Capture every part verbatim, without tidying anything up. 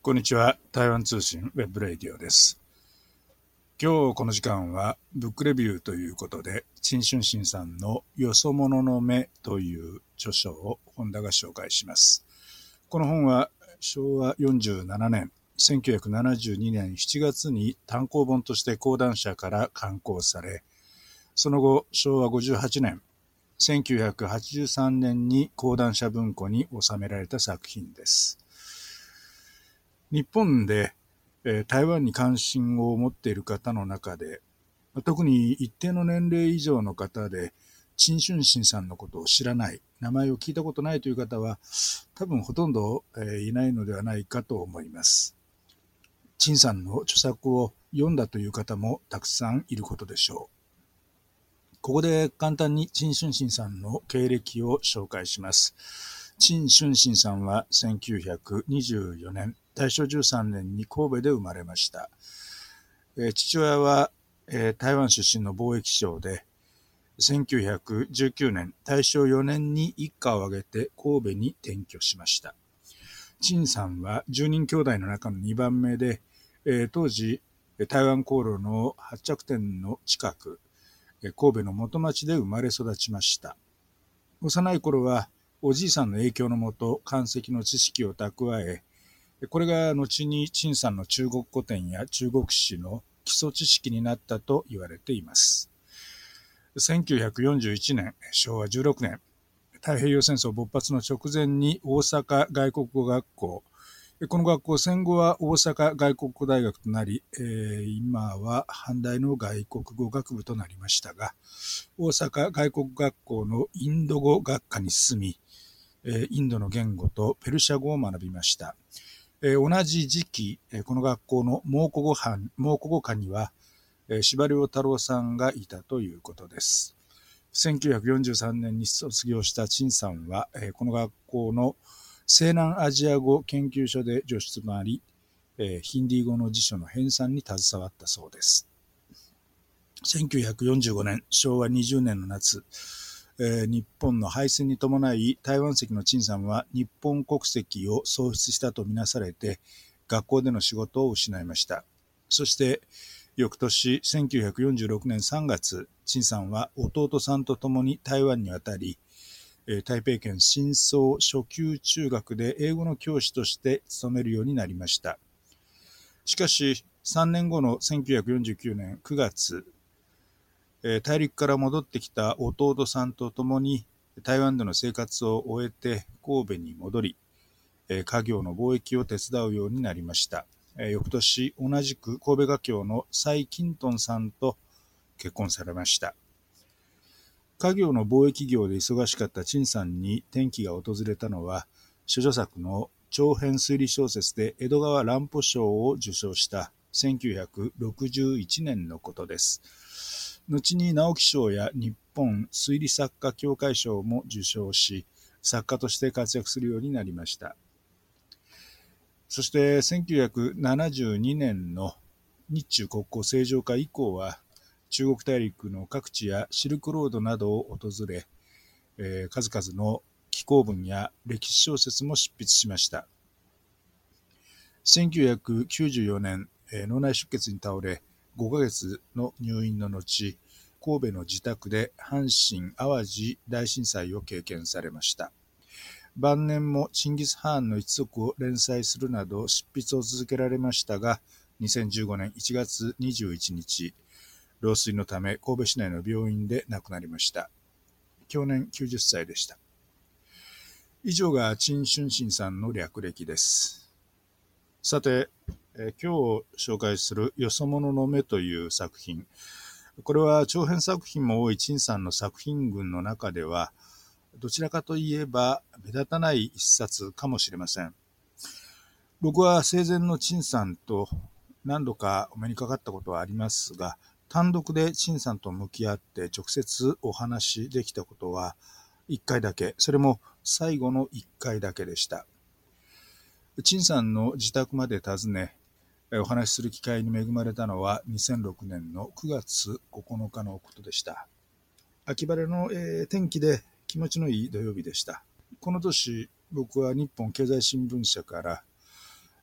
こんにちは。台湾通信ウェブレディオです。今日この時間はブックレビューということで、陳春新さんのよそ者の目という著書を本田が紹介します。この本はしょうわよんじゅうななねん、せんきゅうひゃくななじゅうにねんしちがつに単行本として講談社から刊行され、その後しょうわごじゅうはちねん、せんきゅうひゃくはちじゅうさんねんに講談社文庫に収められた作品です。日本で、えー、台湾に関心を持っている方の中で、特に一定の年齢以上の方で、陳春新さんのことを知らない、名前を聞いたことないという方は、多分ほとんど、えー、いないのではないかと思います。陳さんの著作を読んだという方もたくさんいることでしょう。ここで簡単に陳春新さんの経歴を紹介します。陳春新さんはせんきゅうひゃくにじゅうよねん、大正じゅうさんねんに神戸で生まれました。えー、父親は、えー、台湾出身の貿易商で、せんきゅうひゃくじゅうきゅうねん、大正よねんに一家を挙げて神戸に転居しました。陳さんはじゅうにん兄弟の中のにばんめで、えー、当時、台湾航路の発着点の近く、神戸の元町で生まれ育ちました。幼い頃は、おじいさんの影響のもと、漢籍の知識を蓄え、これが後に陳さんの中国古典や中国史の基礎知識になったと言われています。せんきゅうひゃくよんじゅういちねん、しょうわじゅうろくねん、太平洋戦争勃発の直前に大阪外国語学校、この学校戦後は大阪外国語大学となり、えー、今は阪大の外国語学部となりましたが、大阪外国学校のインド語学科に進み、インドの言語とペルシャ語を学びました。同じ時期、この学校の蒙古語班、蒙古語科には、司馬遼太郎さんがいたということです。せんきゅうひゃくよんじゅうさんねんに卒業した陳さんは、この学校の西南アジア語研究所で助手となり、ヒンディー語の辞書の編纂に携わったそうです。せんきゅうひゃくよんじゅうごねん、しょうわにじゅうねんの夏、えー、日本の敗戦に伴い台湾籍の陳さんは日本国籍を喪失したとみなされて学校での仕事を失いました。そして翌年せんきゅうひゃくよんじゅうろくねんさんがつ、陳さんは弟さんと共に台湾に渡り、台北県新草初級中学で英語の教師として勤めるようになりました。しかしさんねんごのせんきゅうひゃくよんじゅうきゅうねんくがつ、大陸から戻ってきた弟さんと共に台湾での生活を終えて神戸に戻り、家業の貿易を手伝うようになりました。翌年、同じく神戸華僑の蔡金東さんと結婚されました。家業の貿易業で忙しかった陳さんに転機が訪れたのは、処女作の長編推理小説で江戸川乱歩賞を受賞したせんきゅうひゃくろくじゅういちねんのことです。後に直木賞や日本推理作家協会賞も受賞し、作家として活躍するようになりました。そしてせんきゅうひゃくななじゅうにねんの日中国交正常化以降は、中国大陸の各地やシルクロードなどを訪れ、えー、数々の紀行文や歴史小説も執筆しました。せんきゅうひゃくきゅうじゅうよねん、えー、脳内出血に倒れ、ごかげつの入院の後、神戸の自宅で阪神・淡路大震災を経験されました。晩年もチンギス・ハーンの一族を連載するなど執筆を続けられましたが、にせんじゅうごねんいちがつにじゅういちにち、老衰のため神戸市内の病院で亡くなりました。享年きゅうじゅっさいでした。以上が陳春新さんの略歴です。さて、え今日紹介するよそ者の目という作品。これは長編作品も多い陳さんの作品群の中では、どちらかといえば目立たない一冊かもしれません。僕は生前の陳さんと何度かお目にかかったことはありますが、単独で陳さんと向き合って直接お話できたことはいっかいだけ、それも最後のいっかいだけでした。陳さんの自宅まで訪ね、お話しする機会に恵まれたのはにせんろくねんのくがつここのかのことでした。秋晴れの、えー、天気で気持ちのいい土曜日でした。この年、僕は日本経済新聞社から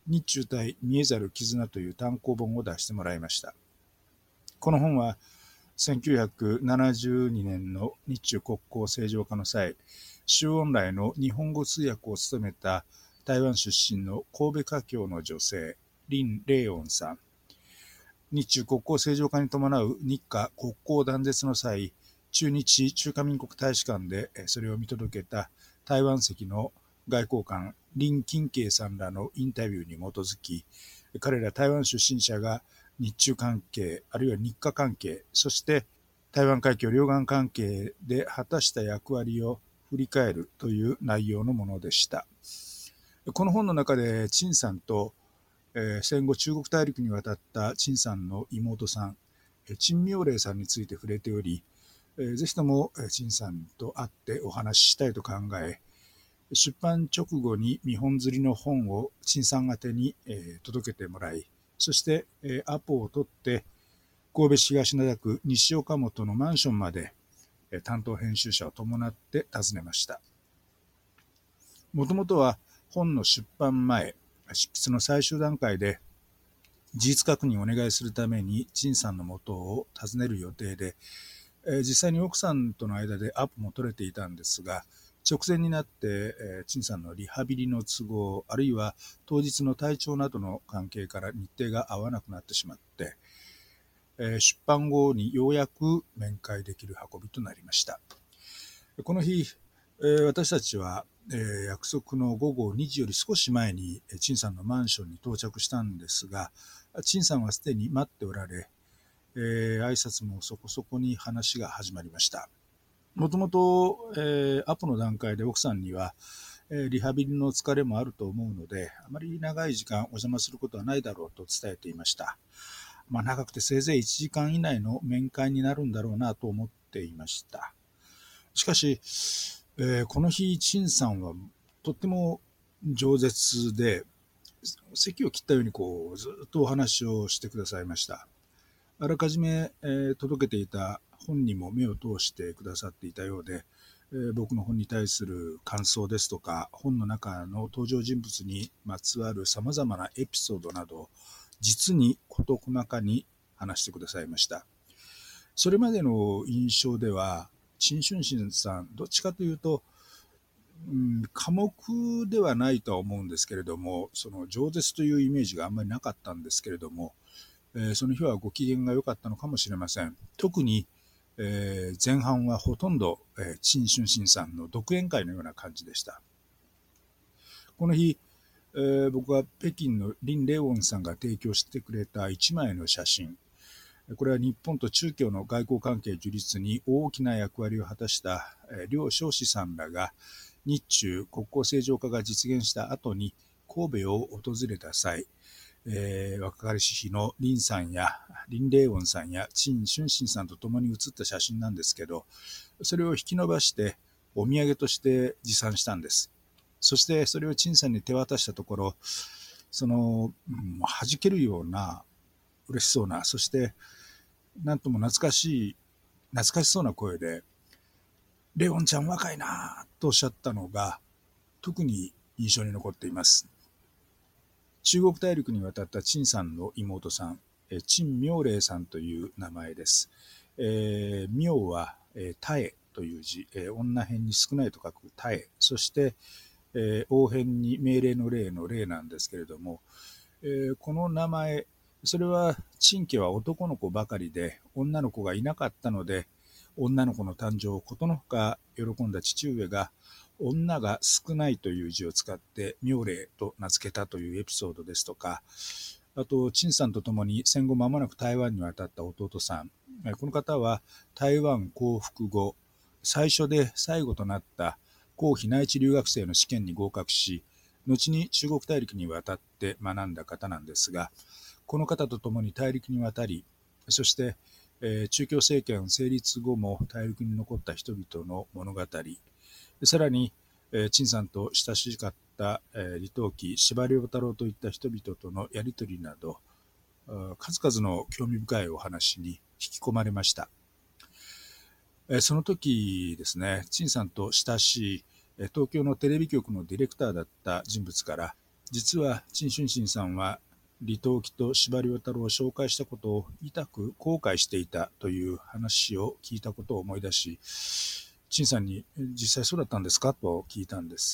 日中対見えざる絆という単行本を出してもらいました。この本はせんきゅうひゃくななじゅうにねんの日中国交正常化の際、周恩来の日本語通訳を務めた台湾出身の神戸華僑の女性、林麗音さん。日中国交正常化に伴う日華国交断絶の際、駐日中華民国大使館でそれを見届けた台湾籍の外交官林金慶さんらのインタビューに基づき、彼ら台湾出身者が日中関係、あるいは日華関係、そして台湾海峡両岸関係で果たした役割を振り返るという内容のものでした。この本の中で陳さんと、えー、戦後中国大陸に渡った陳さんの妹さん、陳妙齢さんについて触れており、えー、ぜひとも陳さんと会ってお話ししたいと考え、出版直後に見本釣りの本を陳さん宛てに、えー、届けてもらい、そして、えー、アポを取って神戸市東灘区西岡本のマンションまで、えー、担当編集者を伴って訪ねました。もともとは本の出版前、執筆の最終段階で事実確認をお願いするために陳さんの元を訪ねる予定で、えー、実際に奥さんとの間でアポも取れていたんですが、直前になって、えー、陳さんのリハビリの都合、あるいは当日の体調などの関係から日程が合わなくなってしまって、えー、出版後にようやく面会できる運びとなりました。この日、えー、私たちは、えー、約束の午後にじより少し前に陳さんのマンションに到着したんですが、陳さんはすでに待っておられ、えー、挨拶もそこそこに話が始まりました。もともと、えー、アポの段階で奥さんには、えー、リハビリの疲れもあると思うので、あまり長い時間お邪魔することはないだろうと伝えていました。まあ、長くてせいぜいいちじかん以内の面会になるんだろうなと思っていました。しかし、えー、この日、陳さんはとっても饒舌で、席を切ったようにこうずっとお話をしてくださいました。あらかじめ、えー、届けていた本にも目を通してくださっていたようで、えー、僕の本に対する感想ですとか、本の中の登場人物にまつわるさまざまなエピソードなど、実に事細かに話してくださいました。それまでの印象では、陳春心さん、どっちかというと、うん、寡黙ではないとは思うんですけれども、その饒舌というイメージがあんまりなかったんですけれども、えー、その日はご機嫌が良かったのかもしれません。特に、えー、前半はほとんど、えー、陳春心さんの独演会のような感じでした。この日、えー、僕は北京の林麗音さんが提供してくれたいちまいの写真、これは日本と中共の外交関係樹立に大きな役割を果たした梁少子さんらが日中国交正常化が実現した後に神戸を訪れた際、えー、若かりし日の林さんや林麗音さんや陳春心さんと共に写った写真なんですけど、それを引き伸ばしてお土産として持参したんです。そしてそれを陳さんに手渡したところ、その、うん、弾けるような嬉しそうな、そしてなんとも懐かしい懐かしそうな声で、レオンちゃん若いなとおっしゃったのが特に印象に残っています。中国大陸に渡った陳さんの妹さん、陳妙齢さんという名前です。えー、妙は、えー、たえという字、えー、女偏に少ないと書くたえ、そして、えー、王偏に命令の令の令なんですけれども、えー、この名前、それは陳家は男の子ばかりで女の子がいなかったので、女の子の誕生をことのほか喜んだ父上が女が少ないという字を使って妙齢と名付けたというエピソードですとか、あと陳さんと共に戦後間もなく台湾に渡った弟さん、この方は台湾降伏後最初で最後となった高費内地留学生の試験に合格し、後に中国大陸に渡って学んだ方なんですが、この方と共に大陸に渡り、そして、えー、中共政権成立後も大陸に残った人々の物語、さらに、えー、陳さんと親しかった、えー、李登輝、司馬遼太郎といった人々とのやり取りなど、数々の興味深いお話に引き込まれました。えー、その時ですね、陳さんと親しい東京のテレビ局のディレクターだった人物から、 実は陳春心さんは李登輝と司馬遼太郎を紹介したことを痛く後悔していたという話を聞いたことを思い出し、陳さんに実際そうだったんですかと聞いたんです。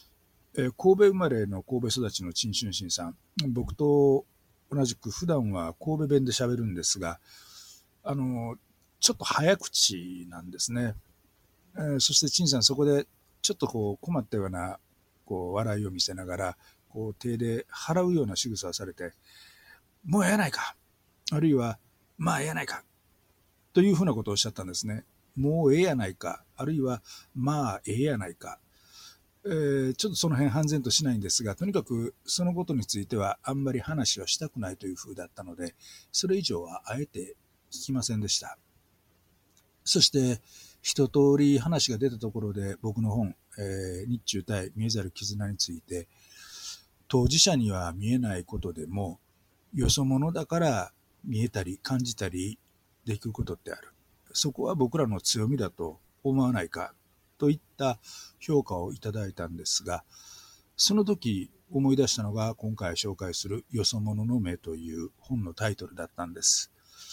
えー、神戸生まれの神戸育ちの陳春心さん、僕と同じく普段は神戸弁で喋るんですが、あのちょっと早口なんですね。えー、そして陳さんそこでちょっとこう困ったようなこう笑いを見せながら、こう手で払うような仕草をされて、もうええやないか、あるいはまあええやないかというふうなことをおっしゃったんですね。もうええやないか、あるいはまあええやないか、えー、ちょっとその辺判然としないんですが、とにかくそのことについてはあんまり話はしたくないというふうだったので、それ以上はあえて聞きませんでした。そして一通り話が出たところで、僕の本、えー、日中対見えざる絆について、当事者には見えないことでもよそ者だから見えたり感じたりできることってある、そこは僕らの強みだと思わないかといった評価をいただいたんですが、その時思い出したのが今回紹介するよそ者の目という本のタイトルだったんです。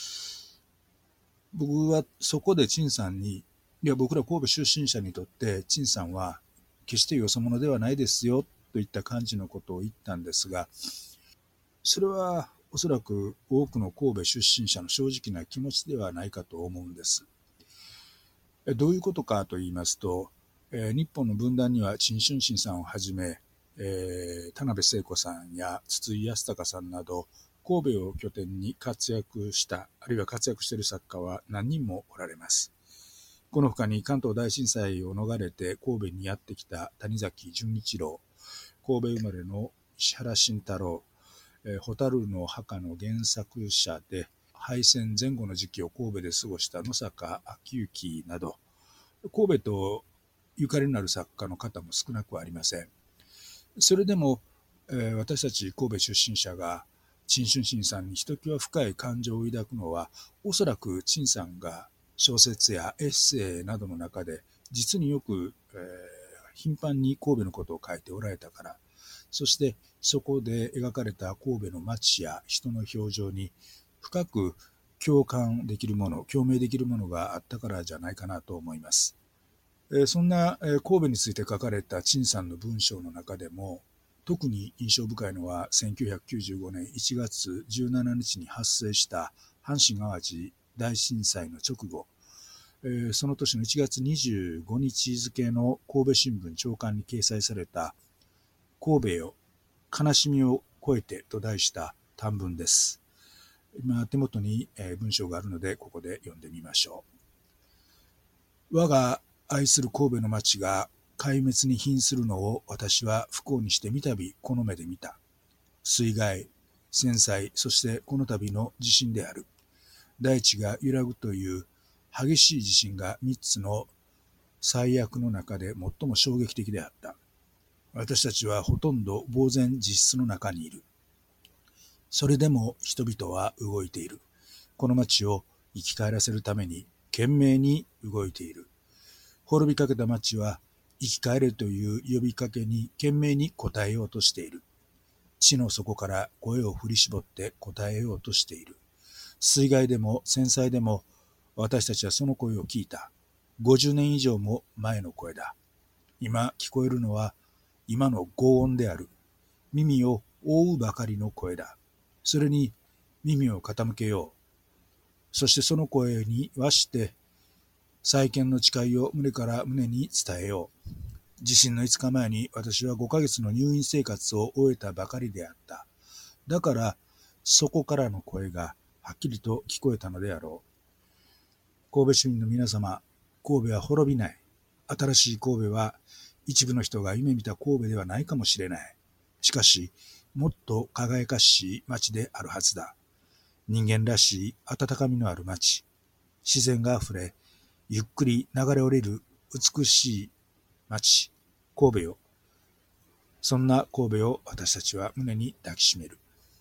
僕はそこで陳さんに、いや僕ら神戸出身者にとって陳さんは決してよそ者ではないですよといった感じのことを言ったんですが、それはおそらく多くの神戸出身者の正直な気持ちではないかと思うんです。どういうことかと言いますと、えー、日本の文壇には陳春心さんをはじめ、えー、田辺聖子さんや筒井康隆さんなど神戸を拠点に活躍したあるいは活躍している作家は何人もおられます。この他に関東大震災を逃れて神戸にやってきた谷崎潤一郎、神戸生まれの石原慎太郎、えー、蛍の墓の原作者で敗戦前後の時期を神戸で過ごした野坂昭之など、神戸とゆかりのある作家の方も少なくはありません。それでも、えー、私たち神戸出身者が陳春心さんにひときわ深い感情を抱くのは、おそらく陳さんが小説やエッセイなどの中で実によく、えー、頻繁に神戸のことを書いておられたから、そしてそこで描かれた神戸の街や人の表情に深く共感できるもの、共鳴できるものがあったからじゃないかなと思います。えー、そんな、えー、神戸について書かれた陳さんの文章の中でも、特に印象深いのはせんきゅうひゃくきゅうじゅうごねんいちがつじゅうしちにちに発生した阪神・淡路大震災の直後、えー、その年のいちがつにじゅうごにち付の神戸新聞朝刊に掲載された神戸よ悲しみを超えてと題した短文です。今手元に文章があるのでここで読んでみましょう。我が愛する神戸の町が壊滅に瀕するのを私は不幸にして三度この目で見た。水害、戦災、そしてこの度の地震である。大地が揺らぐという激しい地震が三つの最悪の中で最も衝撃的であった。私たちはほとんど呆然自失の中にいる。それでも人々は動いている。この町を生き返らせるために懸命に動いている。滅びかけた町は生き返れという呼びかけに懸命に応えようとしている。地の底から声を振り絞って答えようとしている。水害でも戦災でも私たちはその声を聞いた。ごじゅうねん以上も前の声だ。今聞こえるのは今の轟音である。耳を覆うばかりの声だ。それに耳を傾けよう。そしてその声に和して再建の誓いを胸から胸に伝えよう。地震のいつかまえに私はごかげつの入院生活を終えたばかりであった。だからそこからの声がはっきりと聞こえたのであろう。神戸市民の皆様、神戸は滅びない。新しい神戸は一部の人が夢見た神戸ではないかもしれない。しかし、もっと輝かしい街であるはずだ。人間らしい温かみのある街。自然があふれ、ゆっくり流れ降りる美しい街、神戸よ。そんな神戸を私たちは胸に抱きしめる。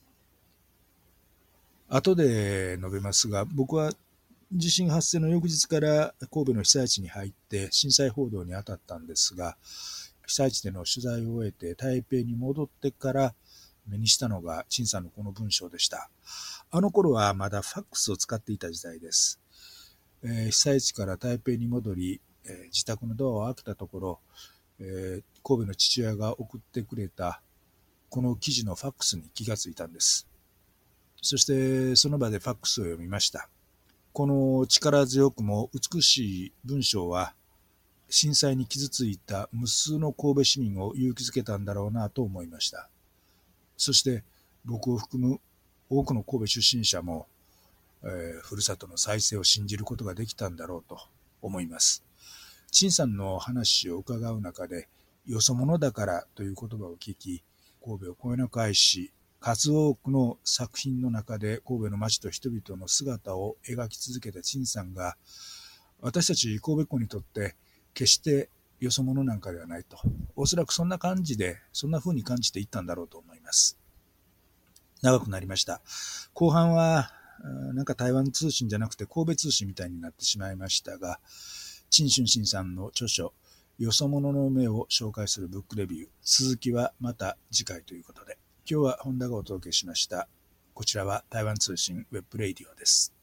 後で述べますが、僕は地震発生の翌日から神戸の被災地に入って震災報道に当たったんですが、 被災地での取材を終えて台北に戻ってから目にしたのが陳さんのこの文章でした。あの頃はまだファックスを使っていた時代です。えー、被災地から台北に戻り、えー、自宅のドアを開けたところ、えー、神戸の父親が送ってくれたこの記事のファックスに気がついたんです。そしてその場でファックスを読みました。この力強くも美しい文章は震災に傷ついた無数の神戸市民を勇気づけたんだろうなと思いました。そして僕を含む多くの神戸出身者も、えー、ふるさとの再生を信じることができたんだろうと思います。陳さんの話を伺う中で、よそ者だからという言葉を聞き、神戸をこよなく愛し、数多くの作品の中で神戸の町と人々の姿を描き続けた陳さんが、私たち神戸っ子にとって決してよそ者なんかではないと、おそらくそんな感じで、そんな風に感じていったんだろうと思います。長くなりました。後半はなんか台湾通信じゃなくて神戸通信みたいになってしまいましたが、陳春新さんの著書よそ者の目を紹介するブックレビュー、続きはまた次回ということで、今日は本田がお届けしました。こちらは台湾通信ウェブレディオです。